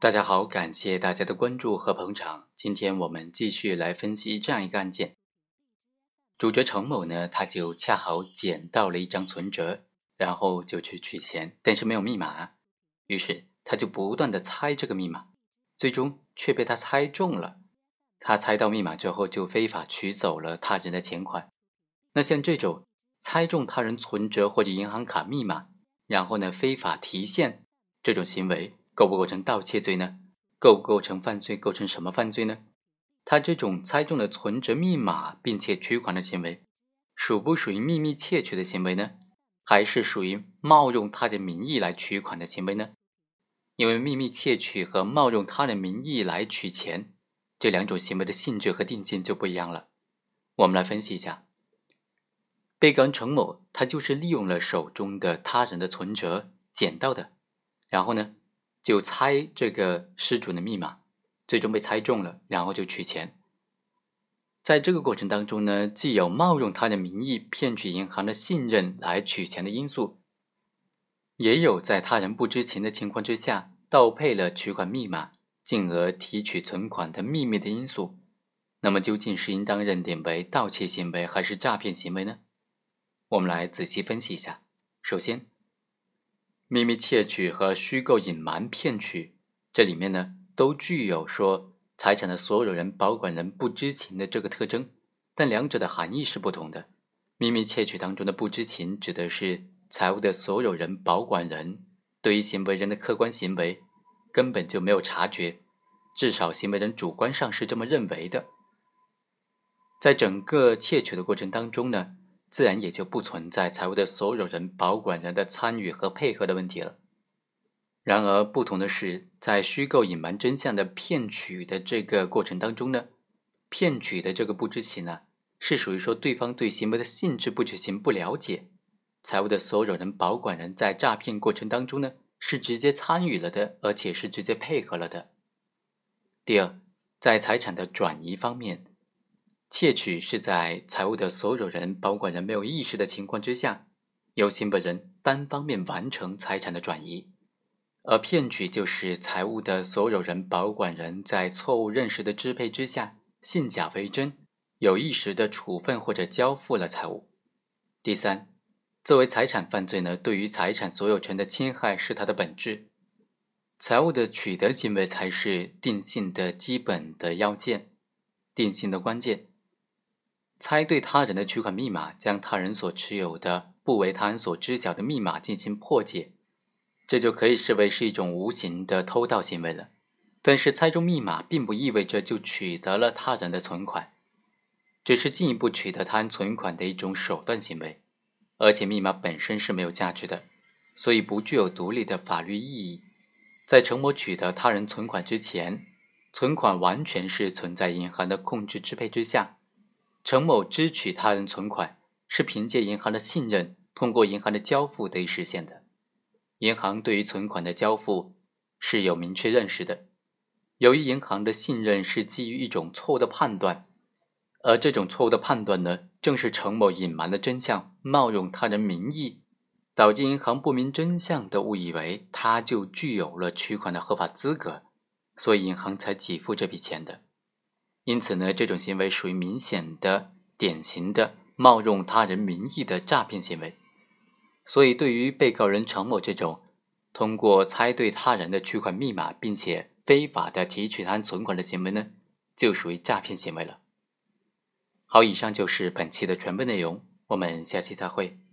大家好，感谢大家的关注和捧场。今天我们继续来分析这样一个案件。主角程某呢，他就恰好捡到了一张存折，然后就去取钱，但是没有密码，于是他就不断的猜这个密码，最终却被他猜中了。他猜到密码之后，就非法取走了他人的钱款。那像这种猜中他人存折或者银行卡密码，然后呢非法提现这种行为，构不构成盗窃罪呢？构不构成犯罪？构成什么犯罪呢？他这种猜中了存折密码并且取款的行为，属不属于秘密窃取的行为呢？还是属于冒用他人名义来取款的行为呢？因为秘密窃取和冒用他人名义来取钱，这两种行为的性质和定性就不一样了。我们来分析一下。被告人程某，他就是利用了手中的他人的存折捡到的，然后呢就猜这个失主的密码，最终被猜中了，然后就取钱。在这个过程当中呢，既有冒用他人名义骗取银行的信任来取钱的因素，也有在他人不知情的情况之下盗配了取款密码，进而提取存款的秘密的因素。那么究竟是应当认定为盗窃行为还是诈骗行为呢？我们来仔细分析一下。首先，秘密窃取和虚构隐瞒骗取，这里面呢都具有说财产的所有人、保管人不知情的这个特征，但两者的含义是不同的。秘密窃取当中的不知情指的是财务的所有人、保管人对于行为人的客观行为根本就没有察觉，至少行为人主观上是这么认为的。在整个窃取的过程当中呢，自然也就不存在财务的所有人、保管人的参与和配合的问题了。然而不同的是，在虚构隐瞒真相的骗取的这个过程当中呢，骗取的这个不知情呢，是属于说对方对行为的性质不知情、不了解。财务的所有人、保管人在诈骗过程当中呢，是直接参与了的，而且是直接配合了的。第二，在财产的转移方面，窃取是在财务的所有人、保管人没有意识的情况之下，由行为人单方面完成财产的转移，而骗取就是财务的所有人、保管人在错误认识的支配之下，信假为真，有意识的处分或者交付了财物。第三，作为财产犯罪呢，对于财产所有权的侵害是它的本质，财务的取得行为才是定性的基本的要件，定性的关键。猜对他人的取款密码，将他人所持有的不为他人所知晓的密码进行破解，这就可以视为是一种无形的偷盗行为了。但是猜中密码并不意味着就取得了他人的存款，只是进一步取得他人存款的一种手段行为，而且密码本身是没有价值的，所以不具有独立的法律意义。在程某取得他人存款之前，存款完全是存在银行的控制支配之下。程某支取他人存款是凭借银行的信任，通过银行的交付得以实现的。银行对于存款的交付是有明确认识的。由于银行的信任是基于一种错误的判断，而这种错误的判断呢，正是程某隐瞒了真相，冒用他人名义，导致银行不明真相的误以为他就具有了取款的合法资格，所以银行才给付这笔钱的。因此呢，这种行为属于明显的、典型的冒用他人名义的诈骗行为。所以对于被告人程某这种通过猜对他人的取款密码并且非法的提取他人存款的行为呢，就属于诈骗行为了。好，以上就是本期的全部内容，我们下期再会。